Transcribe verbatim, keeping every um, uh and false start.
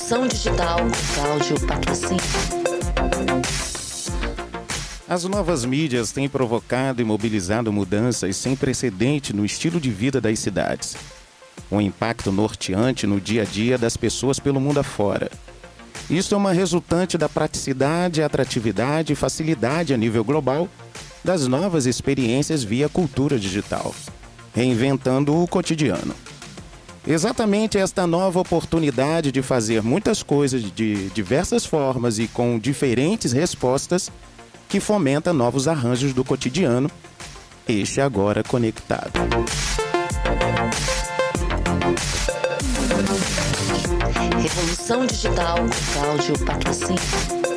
Revolução Digital, Cláudio Patrocínio. As novas mídias têm provocado e mobilizado mudanças sem precedente no estilo de vida das cidades. Um impacto norteante no dia a dia das pessoas pelo mundo afora. Isso é uma resultante da praticidade, atratividade e facilidade a nível global das novas experiências via cultura digital, reinventando o cotidiano. Exatamente esta nova oportunidade de fazer muitas coisas de diversas formas e com diferentes respostas que fomenta novos arranjos do cotidiano, este agora conectado. Revolução Digital, Cláudio Patrocínio.